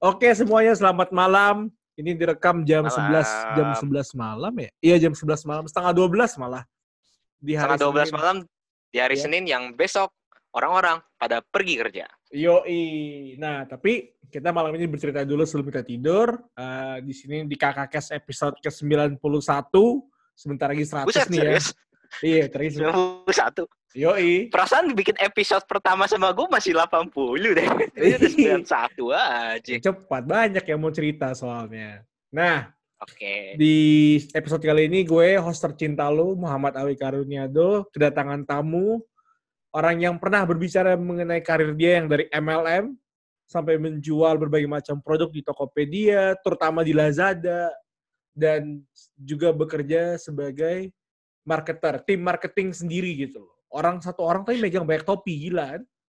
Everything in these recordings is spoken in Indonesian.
Oke semuanya, selamat malam. Ini direkam jam 11 Malam. malam ya? Iya jam 11 malam, setengah 12 malah. Di hari Setengah 12 Senin. malam di hari Ya. Senin yang besok orang-orang pada pergi kerja. Yoi. Nah, tapi kita malam ini bercerita dulu sebelum kita tidur. Di sini di KKKS episode ke-91. Sebentar lagi 100 Buset, nih ya. serius? Iya, terus. 91. Yoi. Perasaan bikin episode pertama sama gue masih 80 deh. Ini udah 91 aja. Cepat, banyak yang mau cerita soalnya. Nah, Oke. di episode kali ini gue, host tercinta lu, Muhammad Awi Karuniado, kedatangan tamu, orang yang pernah berbicara mengenai karir dia yang dari MLM, sampai menjual berbagai macam produk di Tokopedia, terutama di Lazada, dan juga bekerja sebagai marketer, tim marketing sendiri gitu loh. Satu orang tapi megang banyak topi, gila kan?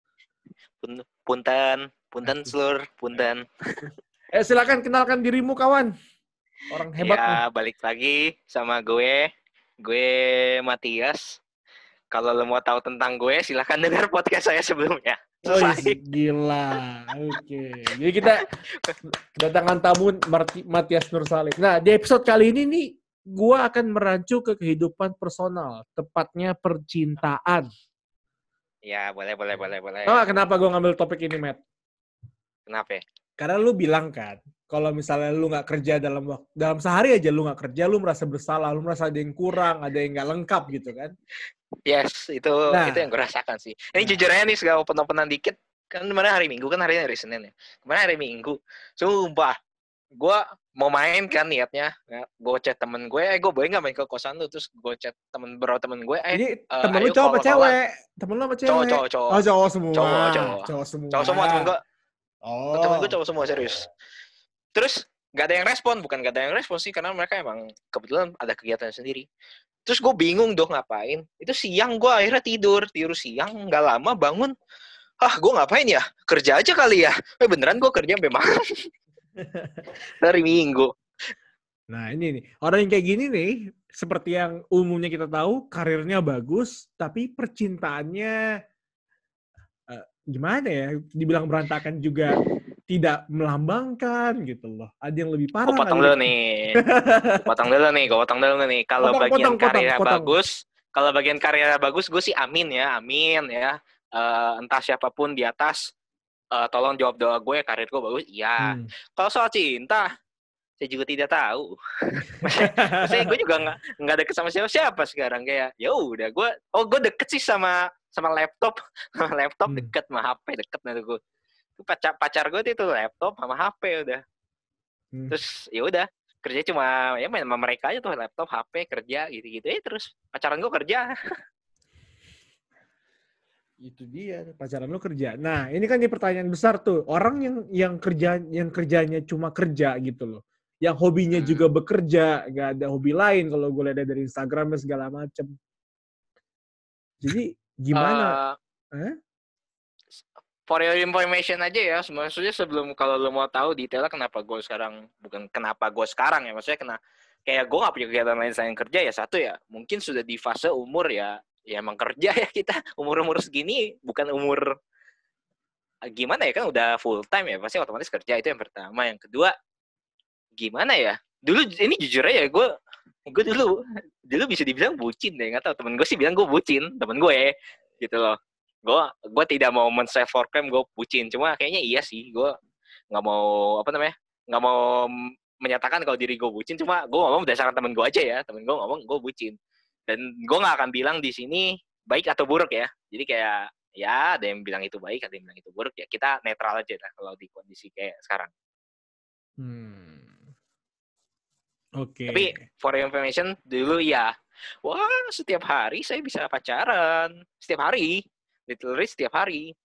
Punten seluruh, punten. Silakan kenalkan dirimu kawan. Orang hebat nih. Ya, balik lagi sama gue Matias. Kalau lo mau tahu tentang gue, silahkan dengar podcast saya sebelumnya. Oh gila, oke. Jadi kita kedatangan tamu Matias Nur Salim. Nah, di episode kali ini nih, gue akan merancu ke kehidupan personal, tepatnya percintaan. Ya, boleh. Oh, kenapa gue ngambil topik ini, Matt? Kenapa? Karena lu bilang kan, kalau misalnya lu nggak kerja dalam sehari aja lu nggak kerja, lu merasa bersalah, lu merasa ada yang kurang, ada yang nggak lengkap gitu kan? Yes, itu yang gue rasakan sih. Ini jujur aja nih, segala open-openan dikit. Kan kemarin hari Minggu, kan hari Senin ya. Kemarin hari Minggu. Sumpah, gue mau main kan niatnya. Gue chat temen gue, gue boleh nggak main ke kosan lu? Terus gue chat temen gue, Jadi temen lu ayo cowok apa cewek? Temen lu apa cewek? Cowok. Oh, cowok semua. Cowok semua temen gue. Oh. Temen gue cowok semua, serius. Terus gak ada yang respon. Bukan gak ada yang respon sih, karena mereka emang kebetulan ada kegiatan sendiri. Terus gue bingung dong ngapain. Itu siang gue akhirnya tidur siang, gak lama bangun. Gue ngapain ya? Kerja aja kali ya. Beneran gue kerja sampai malam. Dari Minggu. Nah ini nih, orang yang kayak gini nih, seperti yang umumnya kita tahu, karirnya bagus, tapi percintaannya gimana ya? Dibilang berantakan juga tidak melambangkan gitu loh. Ada yang lebih parah. Gue potong dulu nih. Kalau bagian karirnya bagus, gue sih amin ya. Entah siapapun di atas, tolong jawab doa gue, karir gue bagus. Iya. Kalau soal cinta, saya juga tidak tahu. Maksudnya gue juga nggak deket sama siapa sekarang, kayak ya udah gue deket sih sama laptop, deket sama HP deket nih gue. Pacar gue itu laptop sama HP udah. Terus ya udah kerja cuma ya main sama mereka aja tuh, laptop, HP, kerja gitu-gitu terus pacaran gue kerja. Itu dia, pacaran lu kerja. Nah, ini kan pertanyaan besar tuh. Orang yang kerjanya cuma kerja gitu loh. Yang hobinya juga bekerja, nggak ada hobi lain kalau gue lihat dari Instagramnya segala macem. Jadi gimana? For your information aja ya, maksudnya sebelum kalau lo mau tahu detailnya kenapa gue sekarang ya, maksudnya kayak gue nggak punya kegiatan lain selain kerja ya. Satu ya, mungkin sudah di fase umur ya emang kerja ya, kita umur segini bukan umur gimana ya, kan udah full time ya, pasti otomatis kerja, itu yang pertama. Yang kedua, gimana ya, dulu ini jujur aja gue dulu bisa dibilang bucin deh, nggak tahu, temen gue sih bilang gue bucin, temen gue gitu loh. Gue tidak mau men-self proclaim gue bucin, cuma kayaknya iya sih, gue nggak mau menyatakan kalau diri gue bucin, cuma gue ngomong berdasarkan temen gue aja ya, temen gue ngomong gue bucin, dan gue nggak akan bilang di sini baik atau buruk ya, jadi kayak ya ada yang bilang itu baik, ada yang bilang itu buruk, ya kita netral aja lah kalau di kondisi kayak sekarang. Oke. Tapi for your information, dulu ya, setiap hari saya bisa pacaran, setiap hari. Literally setiap hari.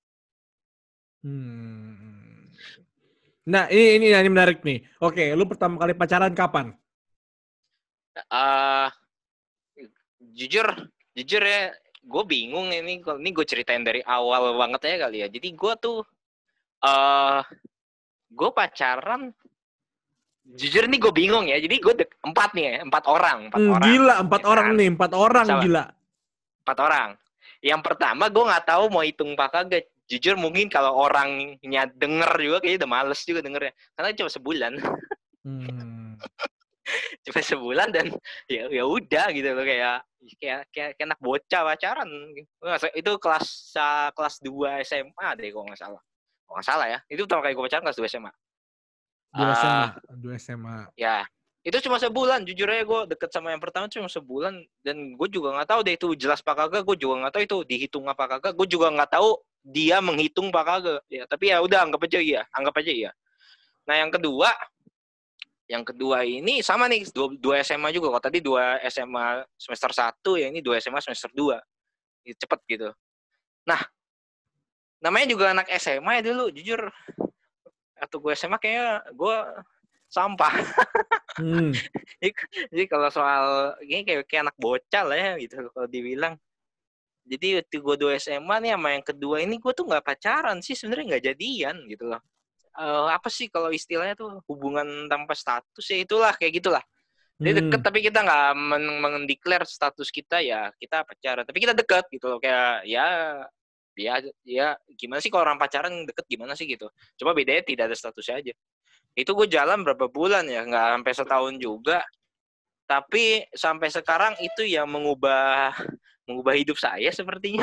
Nah, ini menarik nih. Oke, lu pertama kali pacaran kapan? Jujur ya, gue bingung ini gue ceritain dari awal banget ya kali ya. Jadi gue tuh, gue pacaran. Jujur nih gue bingung ya. Jadi gue 4 orang. Gila, 4 orang nih, 4 orang. Gila. 4 orang. Yang pertama gue nggak tahu mau hitung apa kagak. jujur mungkin kalau orangnya denger juga kayaknya udah males juga dengernya. Karena cuma sebulan. Cuma sebulan dan ya udah gitu loh, kayak anak bocah pacaran. Itu kelas 2 SMA deh kalau nggak salah. Kalau nggak salah ya. Itu pertama kali gue pacaran kelas 2 SMA. 2 SMA. Ya, itu cuma sebulan. Jujur aja gue deket sama yang pertama cuma sebulan. Dan gue juga nggak tahu deh itu jelas apa kagak. Gue juga nggak tahu itu dihitung apa kagak. Gue juga nggak tahu dia menghitung apa kagak. Ya, tapi ya udah anggap aja iya. Nah yang kedua ini sama nih, dua SMA juga. Kalau tadi 2 SMA semester 1, ya ini 2 SMA semester 2. Cepet gitu. Nah, namanya juga anak SMA ya dulu, jujur. Atau gue SMA kayaknya gue sampah. Jadi kalau soal ini kayak anak bocah lah ya gitu kalau dibilang. Jadi waktu gue 2 SMA nih sama yang kedua ini gue tuh nggak pacaran sih, sebenarnya nggak jadian gitu loh. Apa sih kalau istilahnya tuh hubungan tanpa status ya, itulah kayak gitulah. Dia deket tapi kita nggak mendeklar status kita ya kita pacaran, tapi kita deket gitu loh, kayak ya gimana sih kalau orang pacaran deket gimana sih gitu. Cuma bedanya tidak ada statusnya aja. Itu gue jalan berapa bulan ya, nggak sampai setahun juga. Tapi sampai sekarang itu yang mengubah hidup saya sepertinya.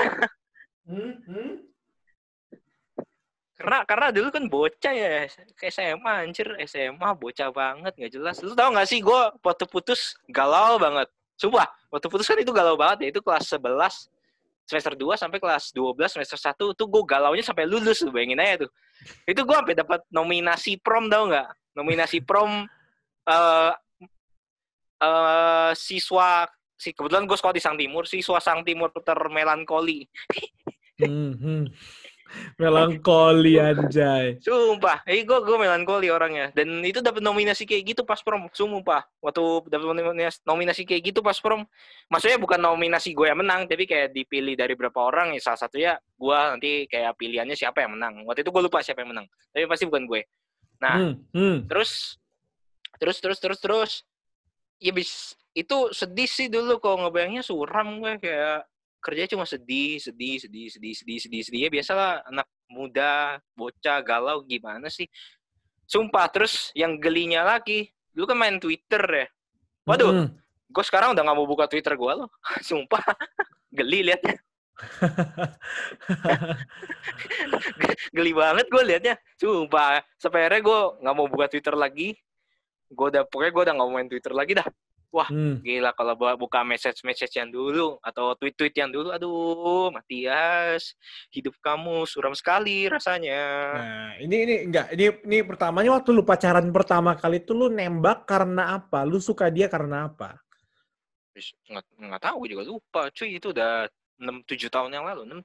Karena dulu kan bocah ya, kayak SMA anjir, SMA bocah banget nggak jelas. Lu tau nggak sih gue waktu putus galau banget. Sumpah, waktu putus kan itu galau banget ya. Itu kelas 11 semester 2 sampai kelas 12 semester 1 tuh gue galaunya sampai lulus, lu bayangin aja tuh. Itu gue sampai dapat nominasi prom, tau nggak? Nominasi prom kebetulan gue sekolah di Sang Timur, siswa Sang Timur termelankoli. Melankoli anjay. Sumpah, gue melankoli orangnya. Dan itu dapat nominasi kayak gitu pas prom. Sumpah, waktu dapat nominasi kayak gitu pas prom, maksudnya bukan nominasi gue yang menang, tapi kayak dipilih dari berapa orang ya, salah satunya gue nanti kayak pilihannya siapa yang menang. Waktu itu gue lupa siapa yang menang, tapi pasti bukan gue. Nah, terus ya itu sedih sih dulu kalau ngebayangnya, suram gue, kayak kerja cuma sedih ya, biasalah anak muda bocah galau gimana sih. Sumpah. Terus yang gelinya lagi, dulu kan main Twitter ya, waduh, gue sekarang udah nggak mau buka Twitter gue loh. Sumpah, geli liatnya. Geli banget gue liatnya, sumpah. Sampai akhirnya gue nggak mau buka Twitter lagi. Pokoknya gue udah nggak mau main Twitter lagi dah. Wah, gila kalau buka message yang dulu atau tweet yang dulu, aduh, Matias, hidup kamu suram sekali rasanya. Nah, ini pertamanya waktu lu pacaran pertama kali itu lu nembak karena apa? Lu suka dia karena apa? Nggak tahu, gue juga lupa, cuy. Itu udah 6-7 tahun yang lalu,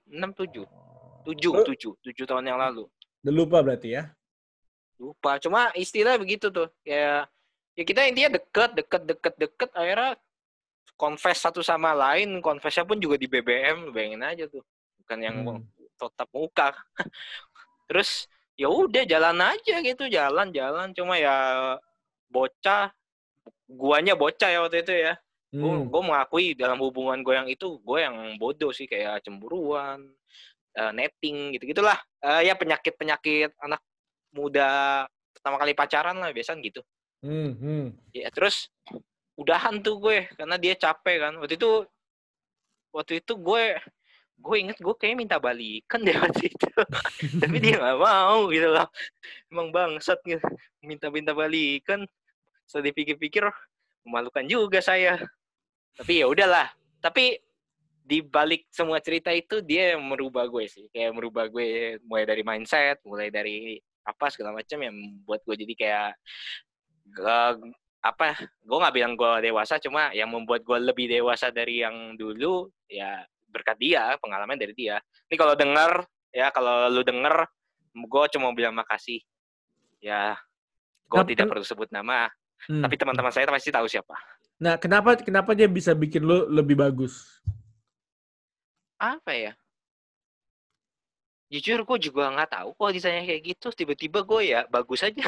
7 tahun yang lalu. Udah lupa berarti ya? Lupa, cuma istilah begitu tuh, kayak ya kita intinya deket, akhirnya confess satu sama lain. Confessnya pun juga di BBM, bayangin aja tuh, bukan yang tatap muka. Terus ya udah jalan aja gitu, jalan. Cuma ya bocah, guanya bocah ya waktu itu ya. Gue mengakui dalam hubungan gue yang itu, gue yang bodoh sih, kayak cemburuan, netting gitu-gitulah. Ya penyakit anak muda pertama kali pacaran lah, biasanya gitu. Ya terus udahan tuh gue karena dia capek kan. Waktu itu gue inget gue kayak minta balikan deh waktu itu. Tapi dia nggak mau gitu loh. Emang bangsat gitu, minta balikan. Setelah dipikir-pikir memalukan juga saya. Tapi ya udahlah. Tapi di balik semua cerita itu dia yang merubah gue sih. Kayak merubah gue mulai dari mindset, mulai dari apa segala macam yang membuat gue jadi kayak gue nggak bilang gue dewasa, cuma yang membuat gue lebih dewasa dari yang dulu ya berkat dia, pengalaman dari dia. Ini kalau lu denger, gue cuma bilang makasih ya. Gue tidak perlu sebut nama, tapi teman-teman saya pasti tahu siapa. Nah, kenapa dia bisa bikin lu lebih bagus? Apa ya? Jujur gue juga nggak tahu kalau ditanya kayak gitu, tiba-tiba gue ya bagus aja.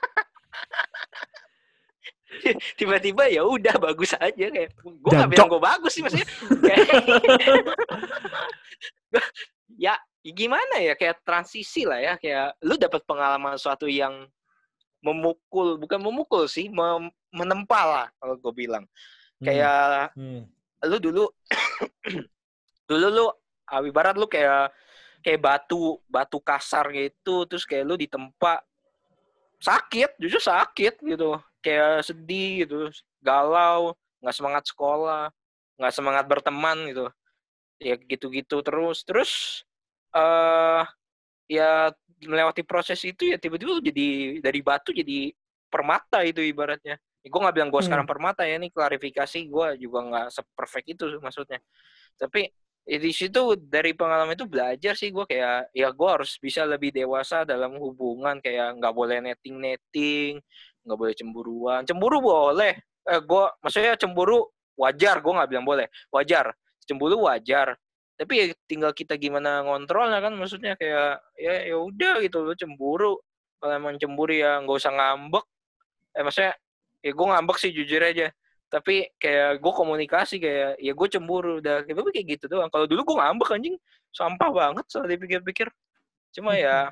Tiba-tiba ya udah bagus aja, kayak gue nggak bilang gue bagus sih, maksudnya kayak, ya gimana ya, kayak transisi lah ya, kayak lu dapat pengalaman suatu yang bukan memukul sih, menempa lah kalau gue bilang. Hmm. Kayak Hmm. lu dulu lu ibarat lu kayak batu batu kasar gitu, terus kayak lu ditempa, jujur sakit gitu, kayak sedih gitu, galau, nggak semangat sekolah, nggak semangat berteman gitu, ya gitu-gitu terus eh ya melewati proses itu ya tiba-tiba lu jadi dari batu jadi permata itu ibaratnya. Ya, gue nggak bilang gue sekarang Hmm. permata ya, ini klarifikasi, gue juga nggak seperfect itu maksudnya. Tapi ya di situ dari pengalaman itu belajar sih gue, kayak ya gue harus bisa lebih dewasa dalam hubungan, kayak nggak boleh netting, nggak boleh cemburuan. Cemburu boleh, gue maksudnya cemburu wajar, gue nggak bilang boleh, wajar. Cemburu wajar, tapi ya tinggal kita gimana ngontrolnya kan, maksudnya kayak ya udah gitu, lo cemburu kalau emang cemburu ya nggak usah ngambek, maksudnya ya gue ngambek sih jujur aja, tapi kayak gue komunikasi kayak ya gue cemburu udah kayak gitu doang. Kalau dulu gue ngambek anjing, sampah banget soal dipikir-pikir. Cuma ya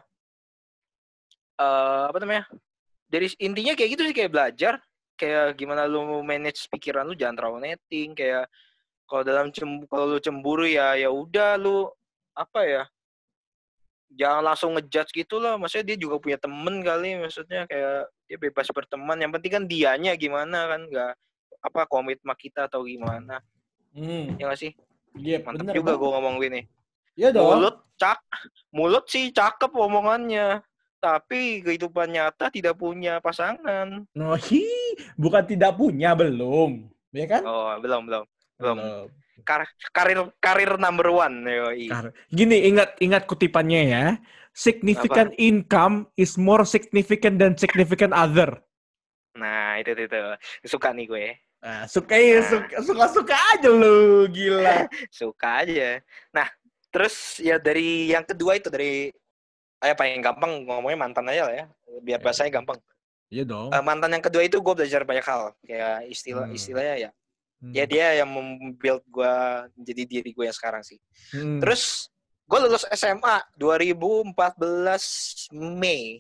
apa namanya, dari intinya kayak gitu sih, kayak belajar kayak gimana lu manage pikiran lu, jangan terlalu netting, kayak kalau lu cemburu ya udah lu apa ya, jangan langsung ngejudge gitu lah, maksudnya dia juga punya temen kali, maksudnya kayak dia bebas berteman, yang penting kan dianya gimana kan, nggak apa komit sama kita atau gimana, Hmm. ya nggak sih. Iya, Mantap bener juga banget. gue ngomong gini. Iya dong. mulut cak Mulut sih cakep omongannya, tapi kehidupan nyata tidak punya pasangan. No, bukan tidak punya, belum. Ya kan? Oh, belum belum belum. Belum. Karir karir number one, yoi. Gini, ingat kutipannya ya. Apa? Significant income is more significant than significant other. Nah, itu suka nih gue. Nah, Nah, suka aja lu, gila. suka aja. Nah, terus ya dari yang kedua itu, dari paling gampang ngomongnya mantan aja lah ya, biar Ya, bahasanya gampang. iya dong. Mantan yang kedua itu gue belajar banyak hal, kayak Hmm. istilahnya ya Hmm. dia yang membuild gue jadi diri gue yang sekarang sih. Hmm. Terus gue lulus SMA 2014 Mei.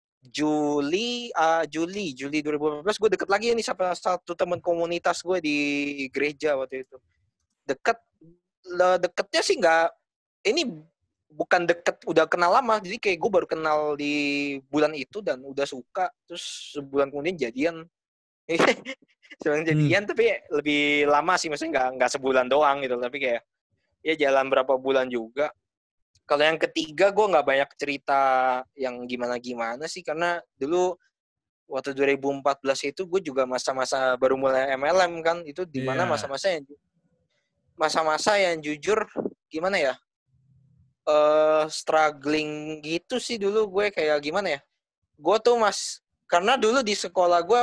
Juli 2014 gue deket lagi nih sama satu teman komunitas gue di gereja waktu itu. Deket Deketnya sih nggak, ini bukan deket udah kenal lama, jadi kayak gue baru kenal di bulan itu dan udah suka, terus sebulan kemudian jadian. Sebulan Hmm. jadian tapi lebih lama sih, maksudnya nggak sebulan doang gitu, tapi kayak ya jalan berapa bulan juga. Kalau yang ketiga gue nggak banyak cerita yang gimana-gimana sih, karena dulu waktu 2014 itu gue juga masa-masa baru mulai MLM kan, itu di mana Iya. masa-masa yang jujur gimana ya, struggling gitu sih dulu gue, kayak gimana ya, gue tuh karena dulu di sekolah gue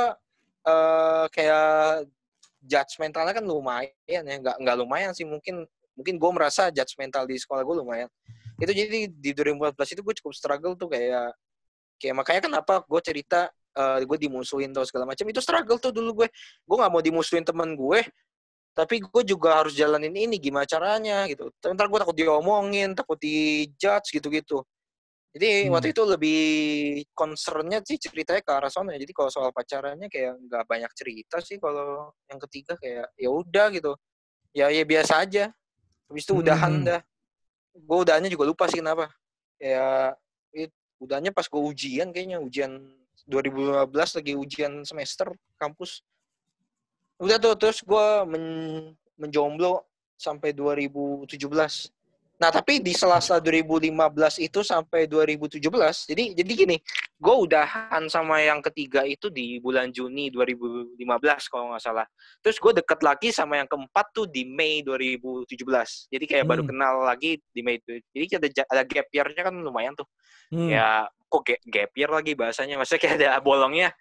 kayak judgmentalnya kan lumayan ya, nggak lumayan sih, mungkin gue merasa judgmental di sekolah gue lumayan itu, jadi di 2014 itu gue cukup struggle tuh, kayak makanya kenapa gue cerita gue dimusuhin atau segala macam, itu struggle tuh dulu gue nggak mau dimusuhin teman gue, tapi gue juga harus jalanin ini gimana caranya gitu. Ntar gue takut diomongin, takut dijudge gitu-gitu. Jadi Hmm. waktu itu lebih concernnya sih ceritanya ke arah sana. Jadi kalau soal pacarannya kayak nggak banyak cerita sih. Kalau yang ketiga kayak ya udah gitu. Ya biasa aja. Habis itu udahan Hmm. dah. Gue udahannya juga lupa sih kenapa. Ya udahannya pas gue ujian, kayaknya ujian 2015 lagi ujian semester kampus. Udah tuh, terus gue menjomblo sampai 2017. Nah, tapi di sela-sela 2015 itu sampai 2017, jadi gini, gue udahan sama yang ketiga itu di bulan Juni 2015 kalau nggak salah. Terus gue deket lagi sama yang keempat tuh di Mei 2017. Jadi kayak baru Hmm. kenal lagi di Mei. Jadi ada gap year-nya kan lumayan tuh. Hmm. Ya, kok gap year lagi bahasanya? Maksudnya kayak ada bolongnya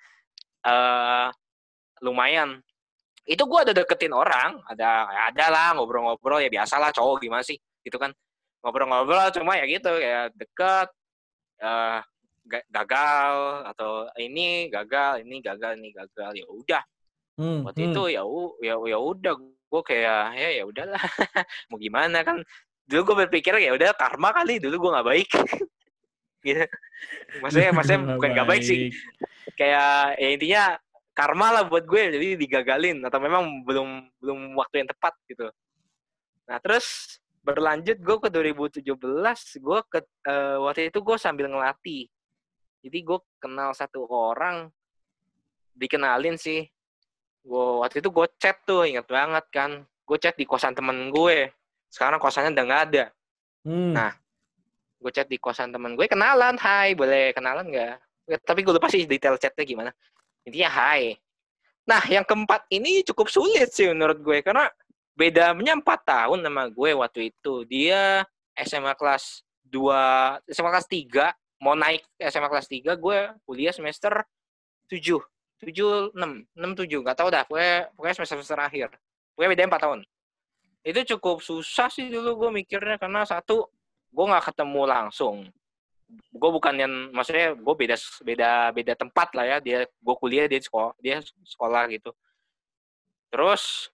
lumayan. Itu gue ada deketin orang, ada lah ngobrol-ngobrol, ya biasalah cowok gimana sih gitu kan, ngobrol-ngobrol, cuma ya gitu kayak deket, uh, gagal, atau ini gagal, ya udah. Hmm. Waktu Hmm. itu ya udah, gue kayak ya udahlah. Mau gimana kan, dulu gue berpikir ya udah karma kali, dulu gue nggak baik. Gitu. Maksudnya bukan nggak baik sih, kayak ya intinya karma lah buat gue, jadi digagalin atau memang belum waktu yang tepat gitu. Nah terus berlanjut gue ke 2017, gue waktu itu gue sambil ngelatih, jadi gue kenal satu orang, dikenalin sih. Waktu itu gue chat tuh, ingat banget kan, gue chat di kosan temen gue, sekarang kosannya udah nggak ada. Nah gue chat di kosan temen gue, kenalan, hai boleh kenalan nggak? Tapi gue lupa sih detail chatnya gimana, intinya hai. Nah, yang keempat ini cukup sulit sih menurut gue, karena bedanya 4 tahun sama gue waktu itu. Dia SMA kelas 2, SMA kelas 3, mau naik SMA kelas 3, gue kuliah semester 7, 7, 6, 6, 7, nggak tahu dah, pokoknya semester akhir. Pokoknya bedanya 4 tahun. Itu cukup susah sih dulu gue mikirnya, karena satu, gue nggak ketemu langsung. Gue bukan yang, maksudnya gue beda tempat lah ya, gue kuliah, dia sekolah gitu. Terus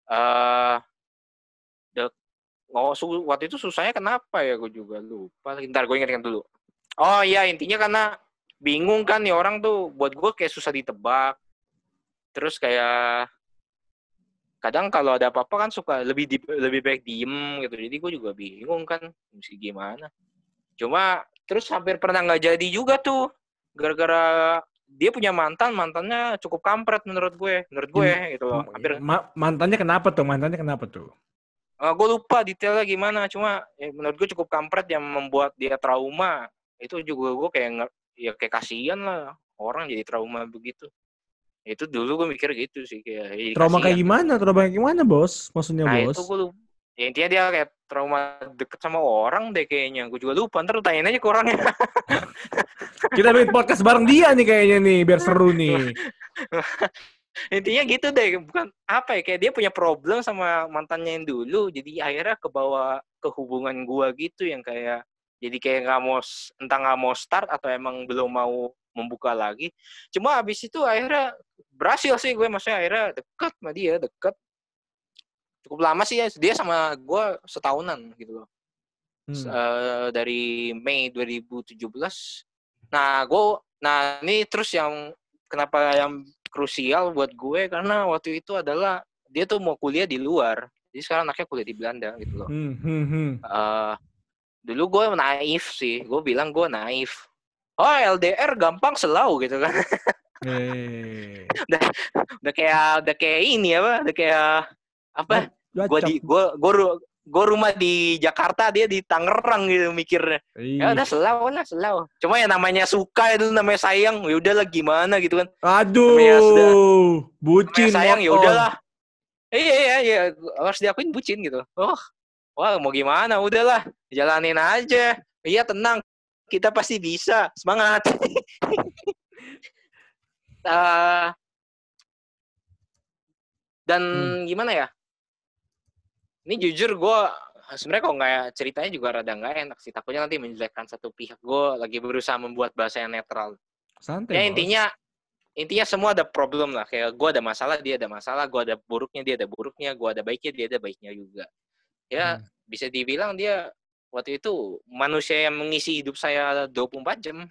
waktu itu susahnya kenapa ya, gue juga lupa. Ntar gue ingatkan dulu. Oh iya, intinya karena bingung kan nih orang tuh, buat gue kayak susah ditebak. Terus kayak kadang kalau ada apa-apa kan suka lebih baik diem gitu. Jadi gue juga bingung kan mesti gimana. Cuma terus hampir pernah nggak jadi juga tuh, gara-gara dia punya mantannya cukup kampret menurut gue gitu loh. Hampir mantannya kenapa tuh? Gue lupa detailnya gimana, cuma ya, menurut gue cukup kampret yang membuat dia trauma. Itu juga gue kayak kasihan lah, orang jadi trauma begitu. Itu dulu gue mikir gitu sih, kayak Trauma kayak kasihan. gimana bos? Maksudnya Nah bos? itu gue lupa. Ya, intinya dia kayak trauma deket sama orang deh kayaknya. Gue juga lupa, ntar lu tanyain aja ke orangnya. Kita bikin podcast bareng dia nih kayaknya nih, biar seru nih. Intinya gitu deh, bukan apa ya, kayak dia punya problem sama mantannya yang dulu, jadi akhirnya kebawa ke hubungan gua gitu, yang kayak jadi kayak nggak mau start atau emang belum mau membuka lagi. Cuma abis itu akhirnya berhasil sih gue, maksudnya akhirnya deket cukup lama sih ya, dia sama gua setahunan gitu loh. Dari Mei 2017. Nah ini terus yang kenapa yang krusial buat gue, karena waktu itu adalah dia tuh mau kuliah di luar. Jadi sekarang anaknya kuliah di Belanda gitu loh. Dulu gue naif sih, gue bilang gue naif. Oh LDR gampang selau gitu kan. udah kayak ini udah kayak apa? Gue rumah di Jakarta, dia di Tangerang gitu mikirnya. Ya udah selau. Cuma ya namanya suka, itu namanya sayang, ya udahlah gimana gitu kan. Aduh, bucin sayang ya udahlah. Iya harus diakuin bucin gitu. Wah mau gimana, udahlah jalanin aja. Iya tenang, kita pasti bisa, semangat. Dan gimana ya? Ini jujur gue sebenarnya kalau nggak ceritanya juga rada nggak enak sih. Takutnya nanti menjelekkan satu pihak. Gue lagi berusaha membuat bahasa yang netral. Santai, ya intinya semua ada problem lah. Kayak gue ada masalah, dia ada masalah. Gue ada buruknya, dia ada buruknya. Gue ada baiknya, dia ada baiknya juga. Ya bisa dibilang dia waktu itu manusia yang mengisi hidup saya 24 jam.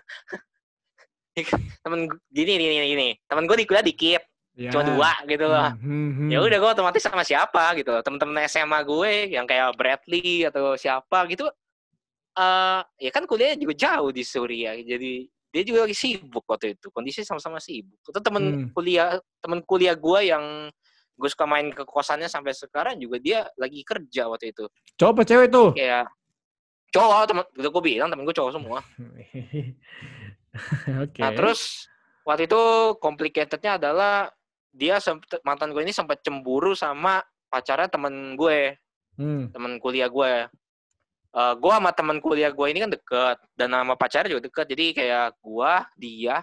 Temen gini. Temen gue di kuliah dikit. Ya. Cuma 2 gitu loh. Ya udah gue otomatis sama siapa gitu loh. Temen-temen SMA gue yang kayak Bradley atau siapa gitu, ya kan kuliahnya juga jauh di Suriah. Jadi dia juga lagi sibuk waktu itu. Kondisi sama-sama sibuk. Itu temen kuliah gue yang gue suka main ke kosannya sampai sekarang juga, dia lagi kerja waktu itu. Cowok apa cewek tuh? Kayak cowok, udah gue bilang temen gue cowok semua. Okay. Nah terus waktu itu complicated-nya adalah mantan gue ini sempat cemburu sama pacarnya temen gue, temen kuliah gue. Gue sama temen kuliah gue ini kan deket, dan sama pacarnya juga deket. Jadi kayak gue, dia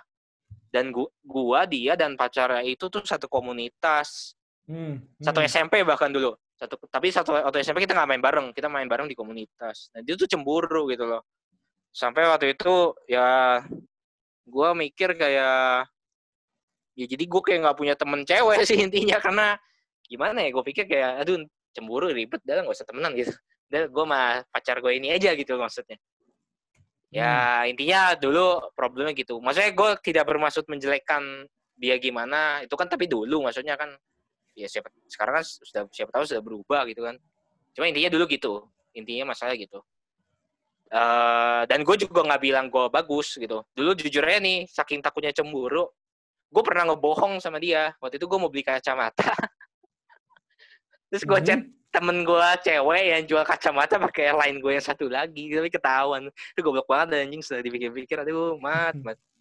dan pacarnya itu tuh satu komunitas, satu SMP bahkan dulu. Tapi waktu SMP kita nggak main bareng, kita main bareng di komunitas. Nah dia tuh cemburu gitu loh. Sampai waktu itu ya gue mikir kayak, ya jadi gue kayak nggak punya temen cewek sih intinya, karena gimana ya, gue pikir kayak aduh cemburu ribet, dah nggak usah temenan gitu. gue mah pacar gue ini aja gitu maksudnya. Ya intinya dulu problemnya gitu. Maksudnya gue tidak bermaksud menjelekkan dia gimana, itu kan tapi dulu maksudnya kan ya sekarang kan siapa tahu sudah berubah gitu kan. Cuma intinya dulu gitu. Intinya masalah gitu. Dan gue juga nggak bilang gue bagus gitu. Dulu jujur aja nih, saking takutnya cemburu, gue pernah ngebohong sama dia. Waktu itu gue mau beli kacamata. Terus gue chat temen gue cewek yang jual kacamata pakai line gue yang satu lagi, tapi ketahuan. Itu goblok banget anjing, setelah dipikir-pikir, aduh mat.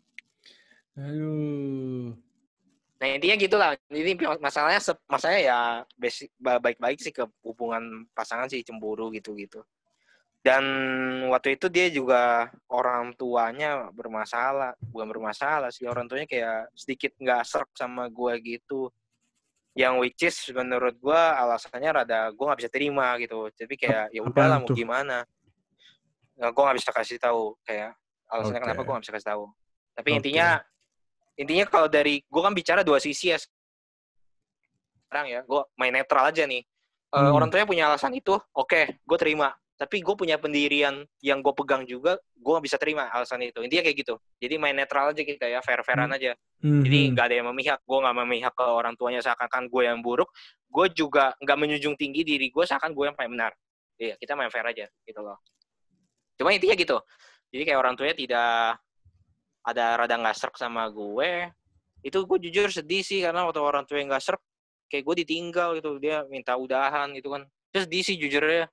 Aduh. Nah intinya gitulah. Ini masalahnya ya basic, baik-baik sih ke hubungan pasangan sih, cemburu gitu-gitu. Dan waktu itu dia juga orang tuanya bukan bermasalah sih, orang tuanya kayak sedikit nggak serk sama gue gitu. Yang which is menurut gue alasannya rada gue nggak bisa terima gitu. Tapi kayak ya udahlah mau gimana. Nggak, gue nggak bisa kasih tahu kayak alasannya kenapa gue nggak bisa kasih tahu. Tapi intinya kalau dari gue kan bicara dua sisi ya sekarang ya, gue main netral aja nih. Orang tuanya punya alasan itu, oke, gue terima. Tapi gue punya pendirian yang gue pegang juga, gue gak bisa terima alasan itu. Intinya kayak gitu. Jadi main netral aja kita ya, fair-fairan aja. Jadi gak ada yang memihak. Gue gak memihak ke orang tuanya seakan-akan gue yang buruk. Gue juga gak menjunjung tinggi diri gue seakan gue yang paling benar. Iya, kita main fair aja gitu loh. Cuma intinya gitu. Jadi kayak orang tuanya tidak ada rada gak serk sama gue. Itu gue jujur sedih sih, karena waktu orang tuanya gak serk, kayak gue ditinggal gitu. Dia minta udahan gitu kan. Terus sedih sih jujur ya.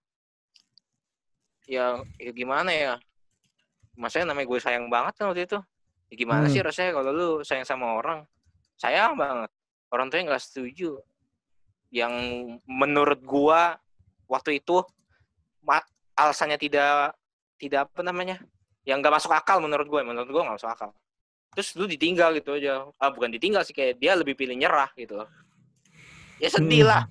Ya gimana ya, maksudnya namanya gue sayang banget kan waktu itu ya gimana sih rasanya kalau lu sayang sama orang, sayang banget, orang tuanya nggak setuju, yang menurut gue waktu itu alasannya tidak apa namanya, yang nggak masuk akal menurut gue nggak masuk akal. Terus lu ditinggal gitu aja, bukan ditinggal sih, kayak dia lebih pilih nyerah gitu loh. Ya sedih lah.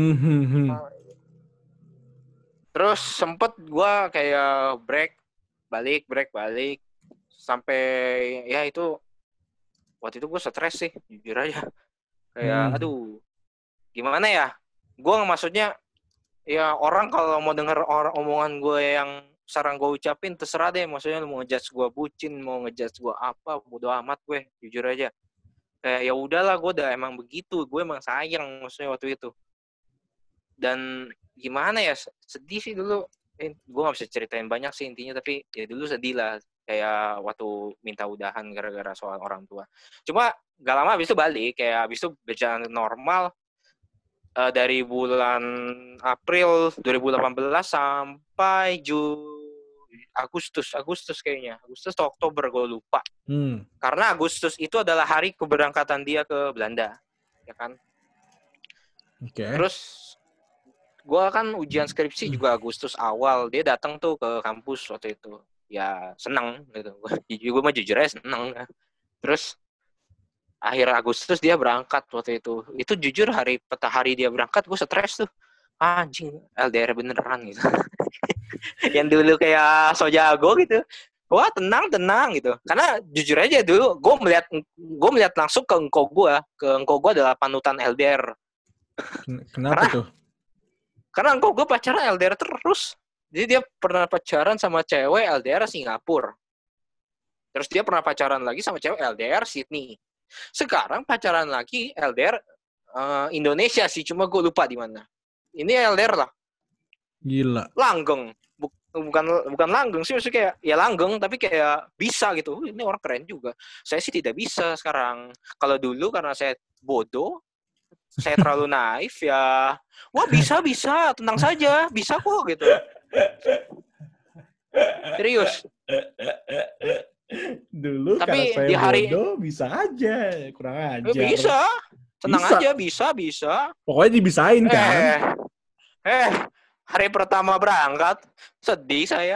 Terus sempet gue kayak balik sampai ya itu waktu itu gue stres sih jujur aja, kayak aduh gimana ya, gue maksudnya ya orang kalau mau denger omongan gue yang sekarang gue ucapin terserah deh, maksudnya mau ngejudge gue bucin, mau ngejudge gue apa, bodo amat gue jujur aja, kayak ya udahlah, gue udah emang begitu, gue emang sayang maksudnya waktu itu. Dan gimana ya, sedih sih dulu. Gue gak bisa ceritain banyak sih intinya, tapi ya dulu sedih lah. Kayak waktu minta udahan gara-gara soal orang tua. Cuma gak lama abis itu balik, kayak abis itu berjalan normal. Dari bulan April 2018 sampai Agustus kayaknya. Agustus atau Oktober, gue lupa. Karena Agustus itu adalah hari keberangkatan dia ke Belanda. Ya kan? Terus gue kan ujian skripsi juga Agustus awal, dia datang tuh ke kampus waktu itu, ya seneng gitu, gue mah jujur aja seneng. Terus akhir Agustus dia berangkat waktu itu jujur hari dia berangkat gue stres tuh, anjing LDR beneran gitu. Yang dulu kayak so jago gitu, wah tenang gitu, karena jujur aja dulu gue melihat langsung ke engkau gue adalah panutan LDR. Kenapa tuh? Karena gue pacaran LDR terus. Jadi dia pernah pacaran sama cewek LDR Singapura. Terus dia pernah pacaran lagi sama cewek LDR Sydney. Sekarang pacaran lagi LDR Indonesia sih, cuma gue lupa di mana. Ini LDR lah. Gila. Langgeng. Bukan langgeng sih, maksudnya kayak ya langgeng tapi kayak bisa gitu. Ini orang keren juga. Saya sih tidak bisa sekarang. Kalau dulu karena saya bodoh, saya terlalu naif ya, wah bisa tenang saja, bisa kok gitu. Serius. Dulu tapi karena saya di hari bodoh bisa aja, kurang aja. Bisa, tenang aja, bisa. Pokoknya dibisain kan. Hari pertama berangkat sedih saya.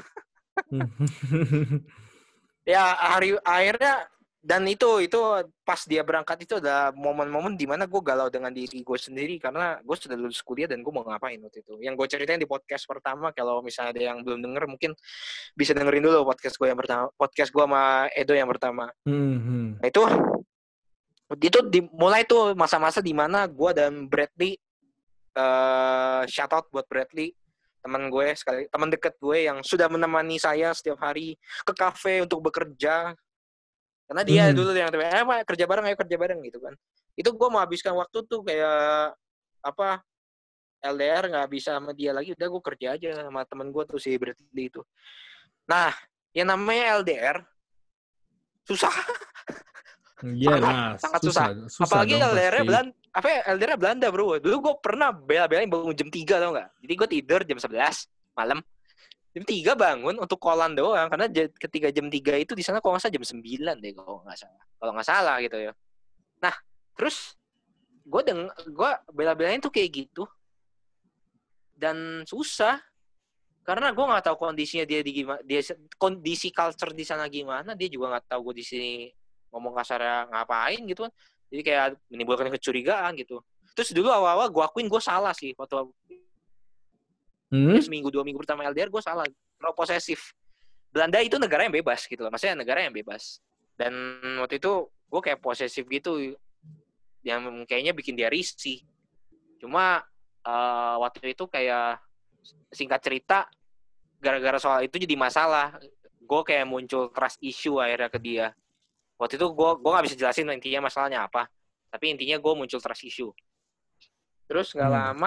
Ya akhirnya. Dan itu pas dia berangkat itu ada momen-momen di mana gue galau dengan diri gue sendiri, karena gue sudah lulus kuliah dan gue mau ngapain waktu itu. Yang gue ceritain di podcast pertama, kalau misalnya ada yang belum denger mungkin bisa dengerin dulu podcast gue yang pertama, podcast gue sama Edo yang pertama. Nah itu dimulai tuh masa-masa di mana gue dan Bradley, shout out buat Bradley, teman dekat gue yang sudah menemani saya setiap hari ke kafe untuk bekerja. Karena dia dulu yang Pak, kerja bareng gitu kan. Itu gue mau habiskan waktu tuh kayak apa LDR nggak bisa sama dia lagi, udah gue kerja aja sama temen gue tuh si Bradley itu. Nah, yang namanya LDR susah. Iya lah, Sangat susah. Apalagi dong pasti. LDR Belanda, bro. Dulu gue pernah bela-belain bangun jam 3 tau nggak? Jadi gue tidur jam 11 malam. Jam 3 bangun untuk kolan doang. Karena ketika jam 3 itu di sana kalau nggak salah jam 9 deh kalau nggak salah. Kalau nggak salah gitu ya. Nah, terus gue bela-belain tuh kayak gitu. Dan susah. Karena gue nggak tahu kondisinya dia kondisi culture di sana gimana. Dia juga nggak tahu gue di sini ngomong kasarnya ngapain gitu kan. Jadi kayak menimbulkan kecurigaan gitu. Terus dulu awal-awal gue akuin gue salah sih. Waktu seminggu 2 minggu pertama LDR gue salah. Terlalu posesif. Belanda itu negara yang bebas gitu loh. Maksudnya negara yang bebas. Dan waktu itu gue kayak posesif gitu. Yang kayaknya bikin dia risih. Cuma waktu itu kayak singkat cerita, gara-gara soal itu jadi masalah. Gue kayak muncul trust issue akhirnya ke dia. Waktu itu gue nggak bisa jelasin intinya masalahnya apa. Tapi intinya gue muncul trust issue. Terus nggak lama,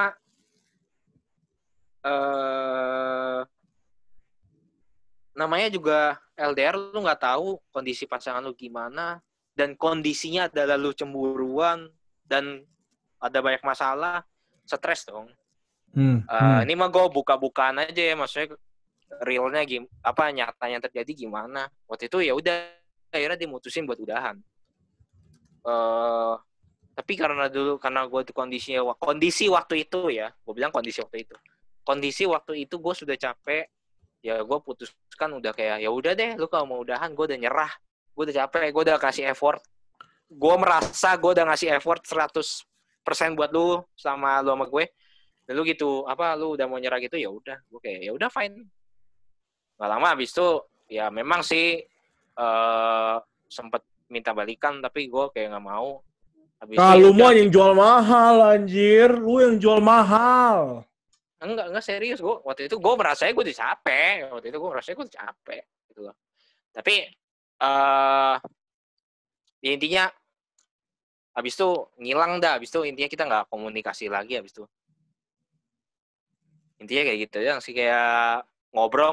namanya juga LDR, lu nggak tahu kondisi pasangan lu gimana. Dan kondisinya adalah lu cemburuan. Dan ada banyak masalah. Stres dong. Ini mah gue buka-bukaan aja ya. Maksudnya realnya nyatanya terjadi gimana. Waktu itu ya udah akhirnya dia mutusin buat udahan. Tapi karena gue kondisi waktu itu ya, gue bilang kondisi waktu itu gue sudah capek, ya gue putuskan udah kayak ya udah deh, lu kalau mau udahan, gue udah nyerah, gue udah capek, gue udah kasih effort, gue merasa gue udah ngasih effort 100% buat lu sama gue, dan lu gitu lu udah mau nyerah gitu, ya udah, gue kayak ya udah fine. Nggak lama abis itu ya memang sih sempet minta balikan, tapi gue kayak nggak mau. Kalau mau yang jual mahal, anjir. Lu yang jual mahal. Enggak serius. Waktu itu gue merasa gue udah capek. Gitu loh. Tapi ya intinya abis itu ngilang dah. Abis itu intinya kita nggak komunikasi lagi abis itu. Intinya kayak gitu ya sih, kayak ngobrol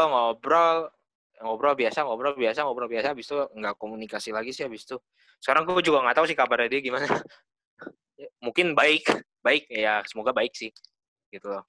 biasa. Abis itu nggak komunikasi lagi sih abis itu. Sekarang gue juga nggak tahu sih kabarnya dia gimana. Mungkin baik ya, semoga baik sih gitu loh.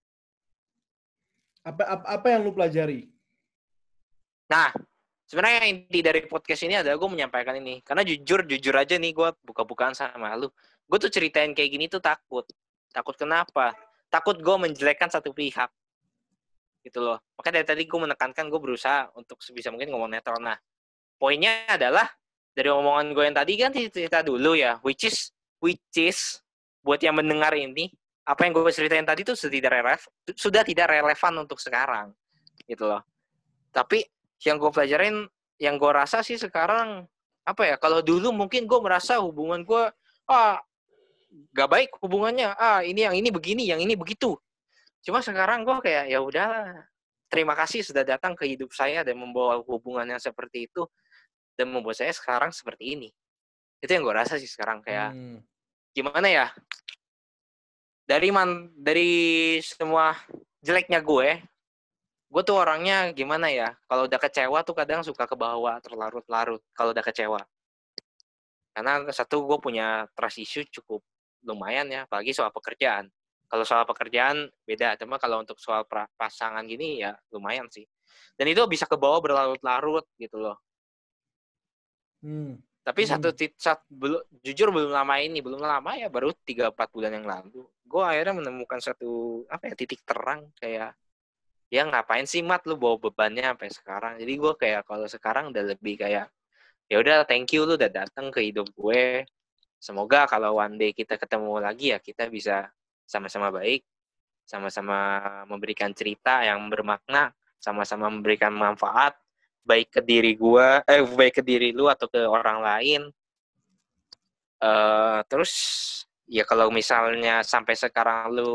Apa yang lu pelajari? Nah, sebenarnya inti dari podcast ini adalah gue menyampaikan ini. Karena jujur aja nih, gue buka-bukaan sama lu. Gue tuh ceritain kayak gini tuh takut. Takut kenapa? Takut gue menjelekkan satu pihak. Gitu loh. Makanya dari tadi gue menekankan, gue berusaha untuk sebisa mungkin ngomong netral. Nah, poinnya adalah, dari omongan gue yang tadi kan cerita dulu ya, which is, buat yang mendengar ini, apa yang gue ceritain tadi tuh sudah tidak relevan untuk sekarang. Gitu loh. Tapi yang gue pelajarin, yang gue rasa sih sekarang, kalau dulu mungkin gue merasa hubungan gue, gak baik hubungannya, ini begini, yang ini begitu. Cuma sekarang gue kayak, ya udahlah, terima kasih sudah datang ke hidup saya dan membawa hubungan yang seperti itu, dan membuat saya sekarang seperti ini. Itu yang gue rasa sih sekarang, kayak, gimana ya, dari semua jeleknya gue tuh orangnya gimana ya, kalau udah kecewa tuh kadang suka ke bawah terlarut-larut kalau udah kecewa. Karena satu, gue punya trust issue cukup lumayan ya, apalagi soal pekerjaan. Kalau soal pekerjaan beda, cuma kalau untuk soal pasangan gini ya lumayan sih. Dan itu bisa ke bawah berlarut-larut gitu loh. Tapi jujur belum lama ya, baru 3-4 bulan yang lalu, gue akhirnya menemukan satu titik terang, kayak ya ngapain sih Mat lu bawa bebannya sampai sekarang. Jadi gue kayak kalau sekarang udah lebih kayak ya udah, thank you lu udah datang ke hidup gue. Semoga kalau one day kita ketemu lagi ya kita bisa sama-sama baik, sama-sama memberikan cerita yang bermakna, sama-sama memberikan manfaat baik ke diri gue, baik ke diri lu atau ke orang lain. Terus ya kalau misalnya sampai sekarang lu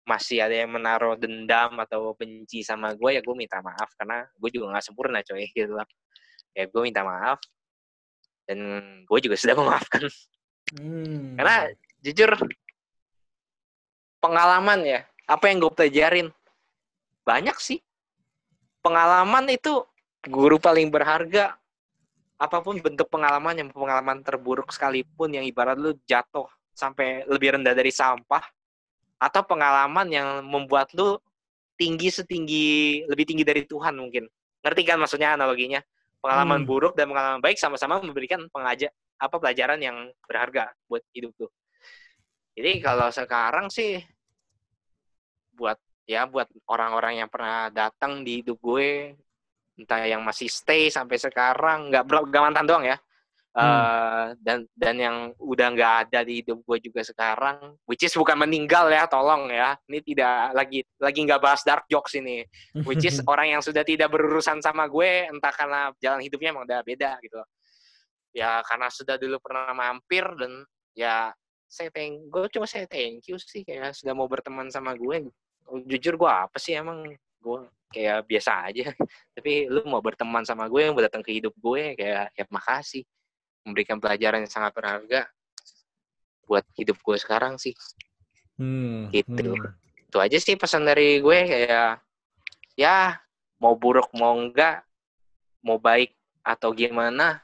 masih ada yang menaruh dendam atau benci sama gue, ya gue minta maaf karena gue juga nggak sempurna coy gitu lah. Ya gue minta maaf dan gue juga sudah memaafkan. Karena jujur pengalaman ya, apa yang gue pelajarin banyak sih. Pengalaman itu guru paling berharga. Apapun bentuk pengalaman, yang pengalaman terburuk sekalipun, yang ibarat lu jatuh sampai lebih rendah dari sampah, atau pengalaman yang membuat lu lebih tinggi dari Tuhan mungkin. Ngerti kan maksudnya analoginya? Pengalaman buruk dan pengalaman baik sama-sama memberikan pelajaran yang berharga buat hidup lu. Jadi kalau sekarang sih buat orang-orang yang pernah datang di hidup gue, entah yang masih stay sampai sekarang, nggak mantan doang ya, dan yang udah nggak ada di hidup gue juga sekarang, which is bukan meninggal ya, tolong ya, ini tidak lagi nggak bahas dark jokes ini, which is orang yang sudah tidak berurusan sama gue, entah karena jalan hidupnya emang udah beda gitu loh. Ya karena sudah dulu pernah mampir, dan ya gue cuma saya thank you sih, kayak sudah mau berteman sama gue. Jujur gue apa sih, emang gue kayak biasa aja, tapi lu mau berteman sama gue, yang datang ke hidup gue, kayak ya makasih, memberikan pelajaran yang sangat berharga buat hidup gue sekarang sih. Gitu. Itu aja sih pesan dari gue, kayak ya mau buruk mau enggak, mau baik atau gimana,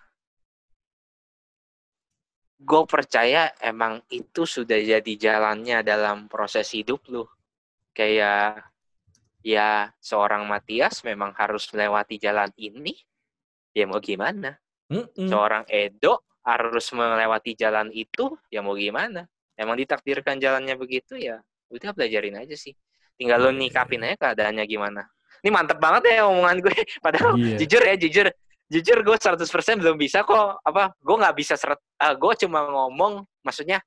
gue percaya emang itu sudah jadi jalannya dalam proses hidup lu. Kayak ya seorang Matias memang harus melewati jalan ini, ya mau gimana. Seorang Edo harus melewati jalan itu, ya mau gimana. Emang ditakdirkan jalannya begitu, ya udah pelajarin aja sih. Tinggal lo nikapin aja keadaannya gimana. Ini mantep banget ya omongan gue. Padahal jujur gue 100% belum bisa kok. Gue nggak bisa gue cuma ngomong, maksudnya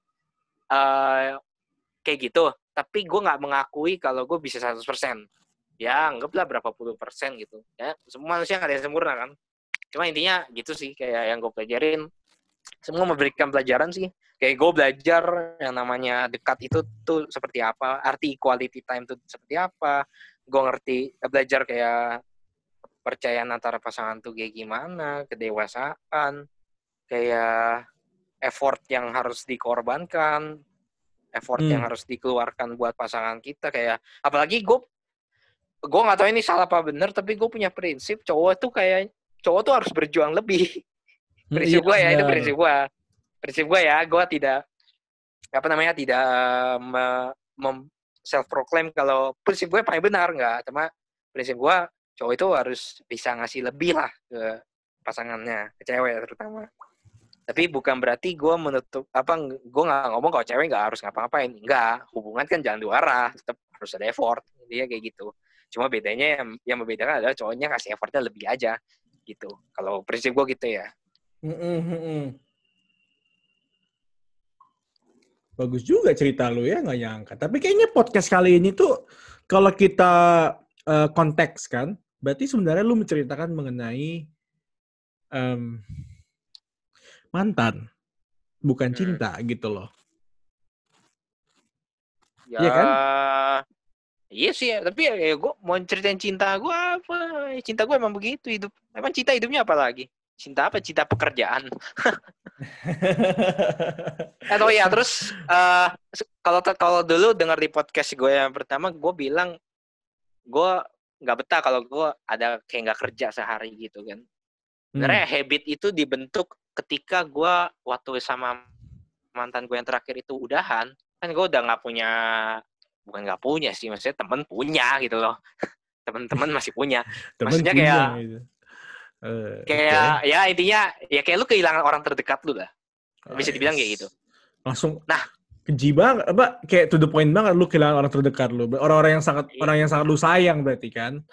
kayak gitu. Tapi gue nggak mengakui kalau gue bisa 100%. Ya anggaplah berapa puluh persen gitu. Ya semua manusia nggak ada yang sempurna kan. Cuma intinya gitu sih, kayak yang gue pelajarin. Semua memberikan pelajaran sih. Kayak gue belajar yang namanya dekat itu tuh seperti apa, arti quality time itu seperti apa. Gue belajar kayak percayaan antara pasangan tuh kayak gimana, kedewasaan, kayak effort yang harus dikorbankan, effort yang harus dikeluarkan buat pasangan kita. Kayak apalagi gue nggak tahu ini salah apa bener, tapi gue punya prinsip cowok tuh harus berjuang lebih. Prinsip gue ya, itu prinsip gue ya, gue tidak self proclaim kalau prinsip gue paling benar, enggak, cuma prinsip gue cowok itu harus bisa ngasih lebih lah ke pasangannya, ke cewek terutama. Tapi bukan berarti gue gue nggak ngomong kalau cewek nggak harus ngapa-ngapain, enggak, hubungan kan jangan dua arah, tetap harus ada effort, dia kayak gitu. Cuma bedanya yang membedakan adalah cowoknya kasih effortnya lebih aja gitu. Kalau prinsip gue gitu ya. Bagus juga cerita lu ya, nggak nyangka. Tapi kayaknya podcast kali ini tuh kalau kita konteks kan, berarti sebenarnya lu menceritakan mengenai mantan, bukan cinta gitu loh. Ya, iya kan? Iya sih ya, tapi ya gue mau ceritain cinta gue apa? Cinta gue emang begitu hidup. Emang cinta hidupnya apa lagi? Cinta apa? Cinta pekerjaan. Atau ya terus kalau dulu dengar di podcast gue yang pertama, gue bilang gue nggak betah kalau gue ada kayak nggak kerja sehari gitu kan. Sebenarnya habit itu dibentuk ketika gue waktu sama mantan gue yang terakhir itu udahan, kan gue udah bukan nggak punya sih, maksudnya temen punya gitu loh. Temen-temen masih punya. Maksudnya punya, kayak gitu. Ya intinya ya kayak lu kehilangan orang terdekat lu lah. Bisa dibilang kayak gitu. Langsung keji banget, kayak to the point banget lu kehilangan orang terdekat lu. Orang yang sangat lu sayang berarti kan.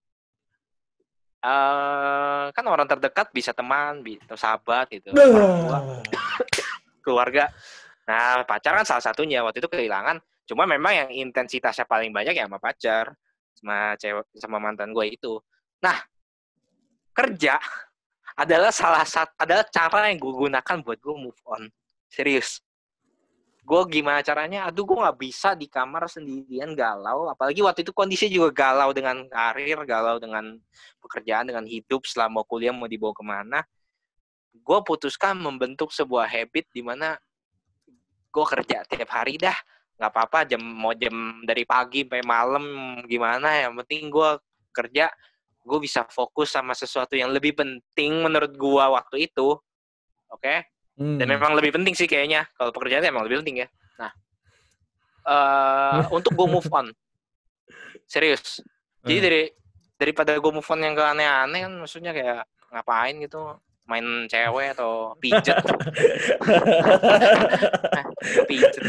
Kan orang terdekat bisa teman, bisa sahabat gitu. Keluarga. Nah, pacar kan salah satunya. Waktu itu kehilangan. Cuma memang yang intensitasnya paling banyak ya sama pacar, sama mantan gue itu. Nah, kerja adalah adalah cara yang gue gunakan buat gue move on. Serius. gue gimana caranya, gue nggak bisa di kamar sendirian galau, apalagi waktu itu kondisi juga galau dengan karir, galau dengan pekerjaan, dengan hidup, selama kuliah mau dibawa kemana. Gue putuskan membentuk sebuah habit di mana gue kerja tiap hari dah, nggak apa-apa mau jam dari pagi sampai malam gimana, yang penting gue kerja, gue bisa fokus sama sesuatu yang lebih penting menurut gue waktu itu, oke? Dan memang lebih penting sih kayaknya. Kalau pekerjaan emang lebih penting ya. Nah, untuk gue move on. Serius. Jadi daripada gue move on yang ke aneh-aneh kan, maksudnya kayak ngapain gitu, main cewek atau pijet. Pijet.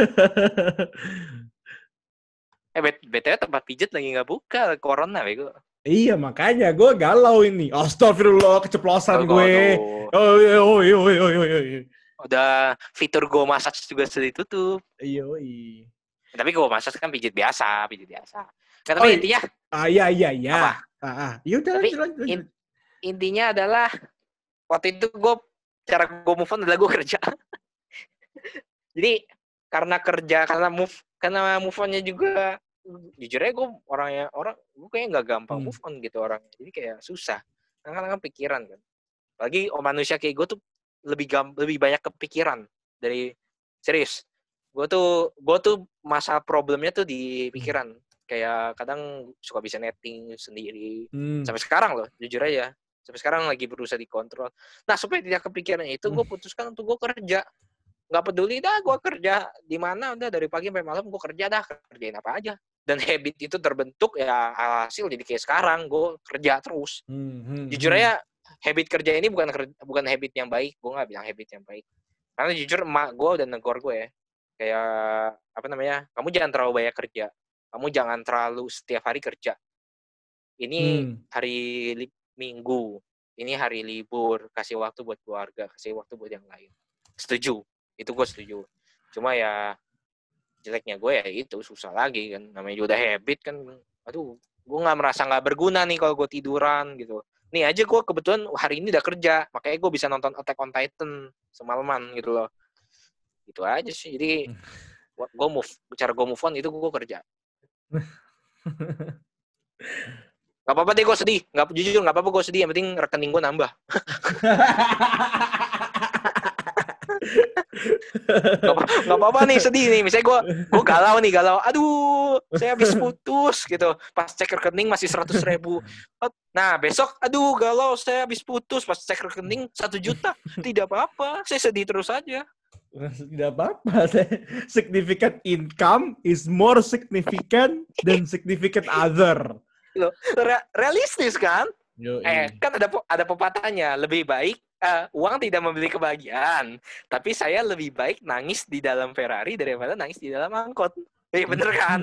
BTW tempat pijet lagi nggak buka, corona bego. Iya, makanya gue galau ini. Astagfirullah, keceplosan gue. Oh. Udah fitur Go Massage juga sudah ditutup. Iya. Tapi Go Massage kan pijit biasa. Nah, tapi intinya. Iya. Apa? Yaudah, tapi intinya adalah waktu itu cara gue move on adalah gue kerja. Jadi karena move on-nya juga, jujur aja gue gue kayaknya nggak gampang move on gitu orangnya. Jadi kayak susah. Kadang-kadang pikiran kan. Lagi manusia kayak gue tuh lebih banyak kepikiran dari serius. Gue tuh masa problemnya tuh di pikiran. Kayak kadang suka bisa netting sendiri. Sampai sekarang loh, jujur aja. Sampai sekarang lagi berusaha dikontrol. Nah, supaya tidak kepikiran itu, gue putuskan untuk gue kerja. Nggak peduli dah gue kerja di mana, udah dari pagi sampai malam gue kerja dah, kerjain apa aja. Dan habit itu terbentuk ya hasil jadi kayak sekarang gue kerja terus. Jujur aja habit kerja ini bukan habit yang baik, gue nggak bilang habit yang baik. Karena jujur emak gue udah negor gue ya, kayak kamu jangan terlalu banyak kerja, kamu jangan terlalu setiap hari kerja. Ini hari Minggu, ini hari libur, kasih waktu buat keluarga, kasih waktu buat yang lain. Setuju. Itu gue setuju. Cuma ya jeleknya gue ya itu susah lagi kan. Namanya juga udah habit kan. Aduh, gue merasa nggak berguna nih kalau gue tiduran gitu. Nih aja gue kebetulan hari ini udah kerja. Makanya gue bisa nonton Attack on Titan semalaman gitu loh. Itu aja sih. Jadi cara gue move on itu gue kerja. Gak apa-apa deh gue sedih. Jujur gak apa-apa gue sedih. Yang penting rekening gue nambah. Gak apa-apa nih sedih nih, misalnya gue galau, aduh saya habis putus gitu, pas cek rekening masih 100.000. Nah besok aduh galau saya habis putus, pas cek rekening 1 juta. Tidak apa-apa, saya sedih terus aja. Tidak apa-apa. Significant income is more significant than significant other. Realistis kan? Kan ada pepatahnya, lebih baik uang tidak membeli kebahagiaan, tapi saya lebih baik nangis di dalam Ferrari daripada nangis di dalam angkot. Bener kan?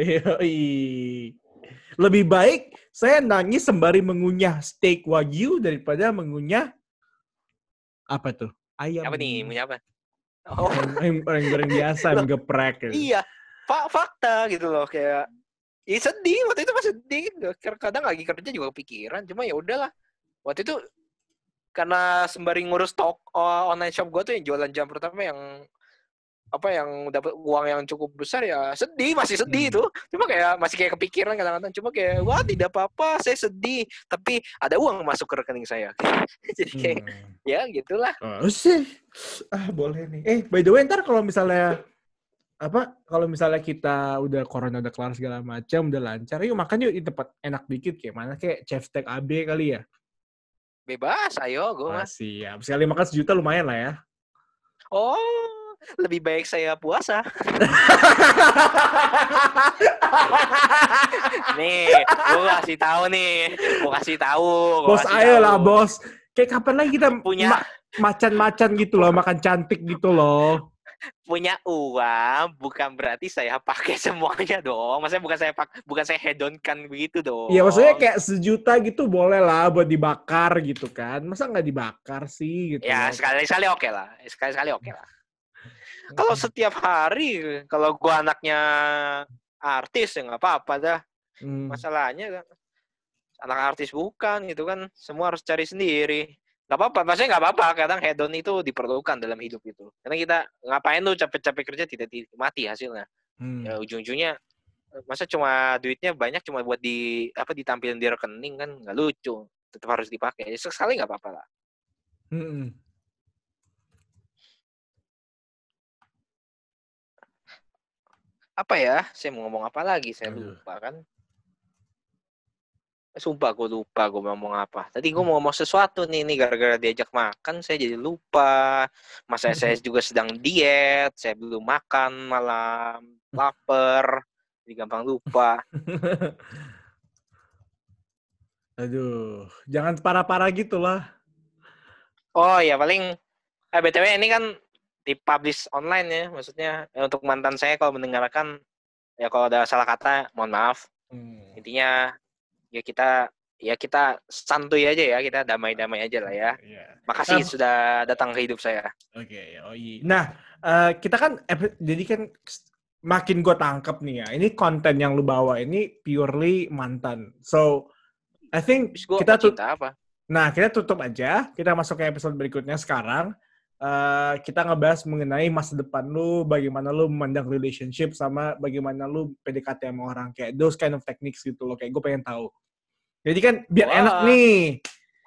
Lebih baik saya nangis sembari mengunyah steak wagyu daripada mengunyah apa tuh? Ayam. Apa nih? Mengunyah apa? Goreng biasa, geprek. Iya, fakta gitu loh, kayak sedih waktu itu, pas sedih. Kadang lagi kerja juga kepikiran, cuma ya udahlah. Waktu itu karena sembari ngurus online shop gue tuh yang jualan jam pertama yang dapat uang yang cukup besar, ya masih sedih tuh. Cuma kayak masih kayak kepikiran kadang-kadang, cuma kayak wah tidak apa-apa saya sedih tapi ada uang masuk ke rekening saya. Jadi kayak ya gitulah. Sih boleh nih. By the way, ntar kalau misalnya kita udah corona udah kelar segala macam, udah lancar, yuk makan yuk di tempat enak dikit, kayak mana, kayak Chef Steak AB kali ya. Bebas, ayo gue mah. Siap. Sekali makan 1 juta lumayan lah ya. Oh, lebih baik saya puasa. Nih, gue kasih tahu. Bos, ayo lah bos. Kayak kapan lagi kita punya macan-macan gitu loh, makan cantik gitu loh. Punya uang bukan berarti saya pakai semuanya dong. Maksudnya bukan saya hedonkan begitu dong. Iya, maksudnya kayak 1 juta gitu boleh lah buat dibakar gitu kan. Masa nggak dibakar sih gitu. Ya, sekali-sekali oke lah. Kalau setiap hari, kalau gua anaknya artis ya nggak apa-apa dah. Masalahnya anak artis bukan gitu kan. Semua harus cari sendiri. Gak apa-apa, maksudnya gak apa-apa. Kadang hedon itu diperlukan dalam hidup itu. Karena kita ngapain tuh capek-capek kerja tidak mati hasilnya. Ya ujung-ujungnya masa cuma duitnya banyak cuma buat ditampilin di rekening kan nggak lucu. Tetap harus dipakai. Ya, sekali nggak apa-apa lah. Apa ya? Saya mau ngomong apa lagi? Saya lupa kan. Sumpah gue lupa gue mau ngomong apa. Tadi gue mau ngomong sesuatu nih gara-gara diajak makan saya jadi lupa. Masa saya juga sedang diet, saya belum makan malam, lapar, jadi gampang lupa. Aduh, jangan parah-parah gitu lah. Oh ya paling BTW ini kan dipublish online ya, maksudnya untuk mantan saya kalau mendengarkan ya kalau ada salah kata mohon maaf. Intinya ya kita santuy aja ya, kita damai-damai aja lah ya. Makasih sudah datang ke hidup saya. Oke, oh iya. Nah, kita kan jadi kan makin gue tangkap nih ya, ini konten yang lu bawa ini purely mantan. So, I think kita kita tutup aja, kita masuk ke episode berikutnya sekarang. Kita ngebahas mengenai masa depan lu, bagaimana lu memandang relationship, sama bagaimana lu PDKT sama orang, kayak those kind of techniques gitu loh, kayak gue pengen tahu. Jadi kan biar enak nih.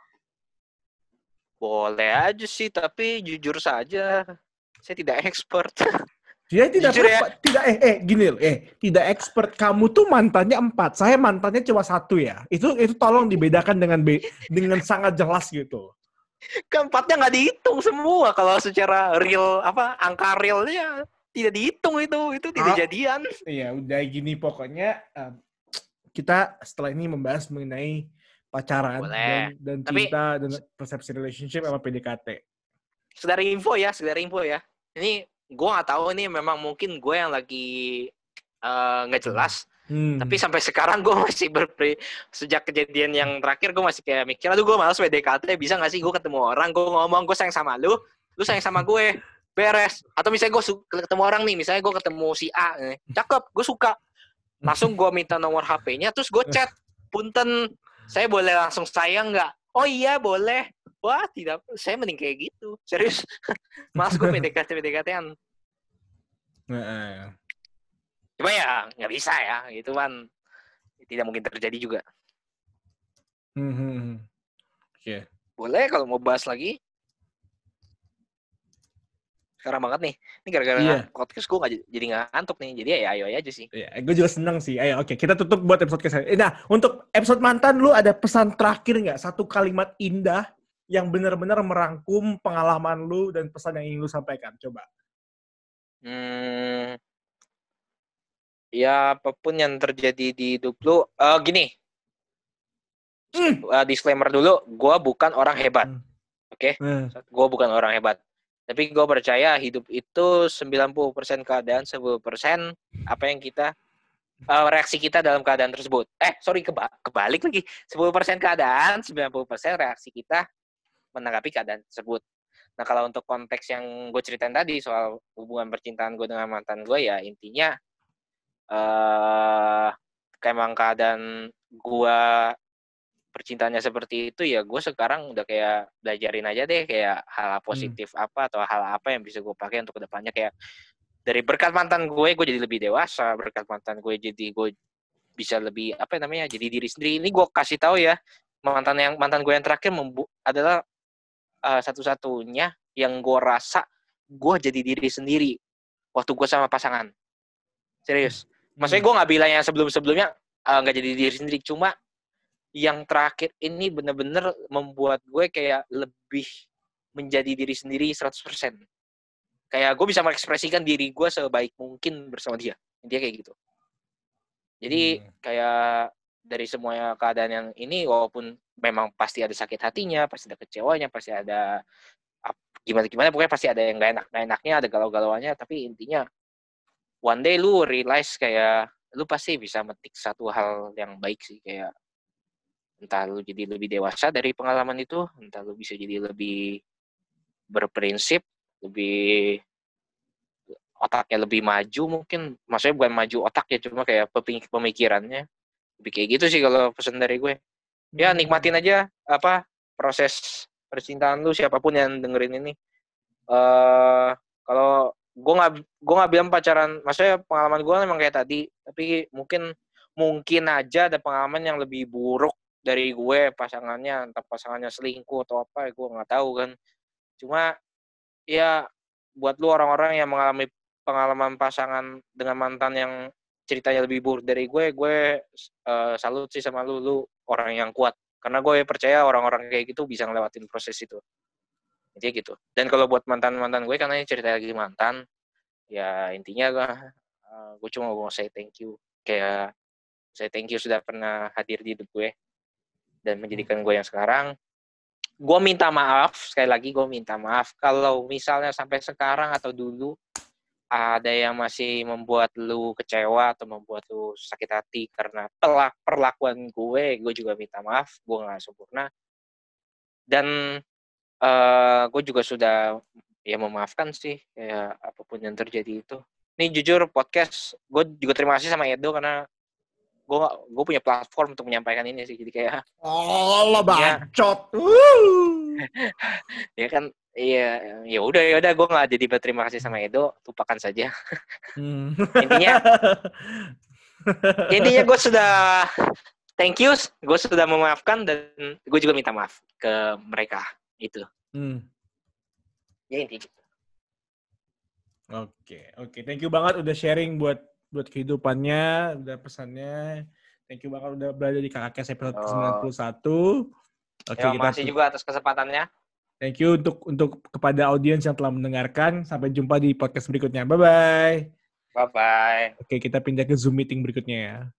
Boleh aja sih, tapi jujur saja saya tidak expert. Dia tidak tidak expert. Kamu tuh mantannya 4, saya mantannya cuma 1 ya. Itu tolong dibedakan dengan sangat jelas gitu. Keempatnya nggak dihitung semua kalau secara real angka realnya tidak dihitung itu tidak jadian. Iya udah gini pokoknya kita setelah ini membahas mengenai pacaran dan cinta dan persepsi relationship sama PDKT. Sekedar info ya. Ini gue nggak tahu ini memang mungkin gue yang lagi nggak jelas. Tapi sampai sekarang gue masih sejak kejadian yang terakhir gue masih kayak mikir, aduh gue malas PDKT, bisa nggak sih gue ketemu orang, gue ngomong gue sayang sama lu sayang sama gue, beres. Atau misalnya gue ketemu orang nih, misalnya gue ketemu si A, cakep, gue suka, langsung gue minta nomor HP-nya, terus gue chat, punten, saya boleh langsung sayang nggak? Oh iya boleh. Wah tidak, saya mending kayak gitu, serius. Malas gue PDKT-an. Cuma ya nggak bisa ya, itu kan tidak mungkin terjadi juga. Okay. Boleh kalau mau bahas lagi. Sekarang banget nih. Ini gara-gara podcast gue jadi nggak ngantuk nih. Jadi ya ayo aja sih. Gue juga seneng sih. Ayo oke, kita tutup buat episode kesana. Nah, untuk episode mantan lu ada pesan terakhir nggak? Satu kalimat indah yang benar-benar merangkum pengalaman lu dan pesan yang ingin lu sampaikan. Coba. Ya apapun yang terjadi di hidup lu, gini. Disclaimer dulu, gue bukan orang hebat. Oke? Gue bukan orang hebat. Tapi gue percaya hidup itu 90% keadaan, 10% apa yang kita reaksi kita dalam keadaan tersebut. Kebalik lagi. 10% keadaan, 90% reaksi kita menanggapi keadaan tersebut. Nah, kalau untuk konteks yang gue ceritain tadi soal hubungan percintaan gue dengan mantan gue, ya intinya kayak emang keadaan gue percintaannya seperti itu, ya gue sekarang udah kayak belajarin aja deh kayak hal positif apa atau hal apa yang bisa gue pakai untuk kedepannya. Kayak dari berkat mantan gue jadi lebih dewasa, berkat mantan gue jadi gue bisa lebih jadi diri sendiri. Ini gue kasih tahu ya, mantan gue yang terakhir adalah satu-satunya yang gue rasa gue jadi diri sendiri waktu gue sama pasangan. Serius. Maksudnya gue nggak bilang yang sebelum-sebelumnya nggak jadi diri sendiri, cuma yang terakhir ini benar-benar membuat gue kayak lebih menjadi diri sendiri 100%. Kayak gue bisa mengekspresikan diri gue sebaik mungkin bersama dia. Intinya kayak gitu. Jadi kayak dari semua keadaan yang ini, walaupun memang pasti ada sakit hatinya, pasti ada kecewanya, pasti ada gimana-gimana, pokoknya pasti ada yang gak enaknya, ada galau-galauannya, tapi intinya one day lu realize kayak lu pasti bisa metik satu hal yang baik sih, kayak entah lu jadi lebih dewasa dari pengalaman itu, entah lu bisa jadi lebih berprinsip, lebih otaknya lebih maju mungkin. Maksudnya bukan maju otaknya, cuma kayak pemikirannya. Lebih kayak gitu sih kalau pesan dari gue. Ya nikmatin aja proses percintaan lu, siapapun yang dengerin ini. Kalau gue nggak bilang pacaran, maksudnya pengalaman gue memang kayak tadi, tapi mungkin aja ada pengalaman yang lebih buruk dari gue, pasangannya, entah pasangannya selingkuh atau apa, gue nggak tahu kan. Cuma ya buat lu orang-orang yang mengalami pengalaman pasangan dengan mantan yang ceritanya lebih buruk dari gue salut sih sama lu orang yang kuat. Karena gue percaya orang-orang kayak gitu bisa ngelewatin proses itu. Intinya gitu. Dan kalau buat mantan-mantan gue, karena ini cerita lagi mantan, ya intinya gue cuma mau say thank you. Kayak say thank you sudah pernah hadir di hidup gue dan menjadikan gue yang sekarang. Gue minta maaf, sekali lagi gue minta maaf kalau misalnya sampai sekarang atau dulu ada yang masih membuat lu kecewa atau membuat lu sakit hati karena perlakuan gue juga minta maaf, gue gak sempurna. Dan gue juga sudah ya memaafkan sih kayak apapun yang terjadi itu. Ini jujur podcast gue juga terima kasih sama Edo karena gue punya platform untuk menyampaikan ini sih, jadi kayak Allah bacot. Ya kan, ya udah gue nggak jadi berterima kasih sama Edo, lupakan saja. intinya gue sudah thank you, gue sudah memaafkan dan gue juga minta maaf ke mereka itu. Ya intinya gitu. Oke. Thank you banget udah sharing buat kehidupannya, udah pesannya. Thank you banget udah berada di Kakak episode ke-91. Oke, ya, makasih juga atas kesempatannya. Thank you untuk kepada audiens yang telah mendengarkan. Sampai jumpa di podcast berikutnya. Bye-bye. Bye-bye. Oke, kita pindah ke Zoom meeting berikutnya ya.